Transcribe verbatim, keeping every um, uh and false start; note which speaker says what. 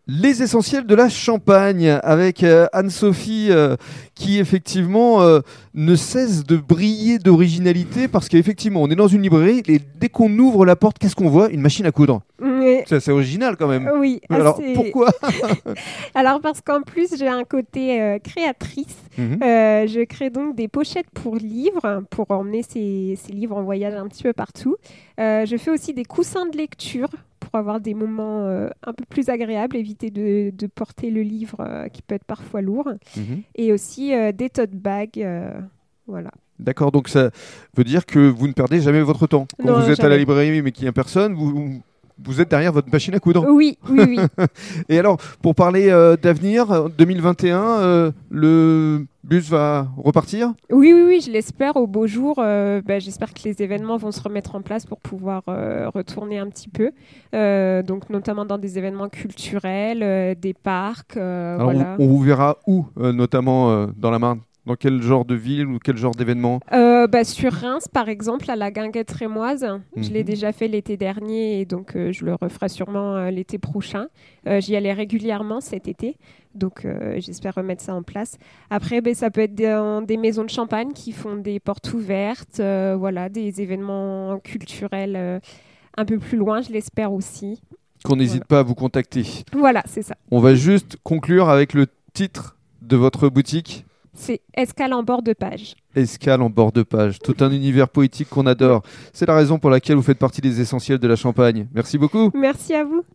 Speaker 1: Les essentiels de la Champagne avec euh, Anne-Sophie euh, qui effectivement euh, ne cesse de briller d'originalité parce qu'effectivement on est dans une librairie et dès qu'on ouvre la porte, qu'est-ce qu'on voit? Une machine à coudre.
Speaker 2: Mais...
Speaker 1: C'est assez original quand même.
Speaker 2: Oui.
Speaker 1: Alors
Speaker 2: assez...
Speaker 1: pourquoi?
Speaker 2: Alors parce qu'en plus j'ai un côté euh, créatrice.
Speaker 1: Mm-hmm.
Speaker 2: Euh, je crée donc des pochettes pour livres, pour emmener ces, ces livres en voyage un petit peu partout. Euh, je fais aussi des coussins de lecture pour avoir des moments euh, un peu plus agréables, éviter de, de porter le livre euh, qui peut être parfois lourd.
Speaker 1: Mm-hmm.
Speaker 2: Et aussi euh, des tote bags. Euh, voilà.
Speaker 1: D'accord, donc ça veut dire que vous ne perdez jamais votre temps. Quand
Speaker 2: Non,
Speaker 1: vous êtes
Speaker 2: jamais.
Speaker 1: à la librairie mais qu'il n'y a personne, vous, vous êtes derrière votre machine à coudre.
Speaker 2: Oui, oui, oui.
Speaker 1: Et alors, pour parler euh, d'avenir, deux mille vingt et un, euh, le bus va repartir?
Speaker 2: Oui, oui, oui, je l'espère. Au beau jour, euh, bah, j'espère que les événements vont se remettre en place pour pouvoir euh, retourner un petit peu. Euh, donc, notamment dans des événements culturels, euh, des parcs. Euh,
Speaker 1: Alors,
Speaker 2: voilà.
Speaker 1: on, on vous verra où, euh, notamment euh, dans la Marne? Dans quel genre de ville ou quel genre d'événement?
Speaker 2: euh, bah, Sur Reims, par exemple, à la Guinguette rémoise. Mm-hmm. Je l'ai
Speaker 1: Mhm.
Speaker 2: déjà fait l'été dernier et donc euh, je le referai sûrement euh, l'été prochain. Euh, j'y allais régulièrement cet été. Donc, euh, j'espère remettre ça en place. Après, ben, ça peut être dans des maisons de champagne qui font des portes ouvertes, euh, voilà, des événements culturels euh, un peu plus loin, je l'espère aussi.
Speaker 1: Qu'on n'hésite
Speaker 2: Voilà.
Speaker 1: pas à vous contacter.
Speaker 2: Voilà, c'est ça.
Speaker 1: On va juste conclure avec le titre de votre boutique.
Speaker 2: C'est Escale en bord de page.
Speaker 1: Escale en bord de page. Tout un univers poétique qu'on adore. C'est la raison pour laquelle vous faites partie des essentiels de la Champagne. Merci beaucoup.
Speaker 2: Merci à vous.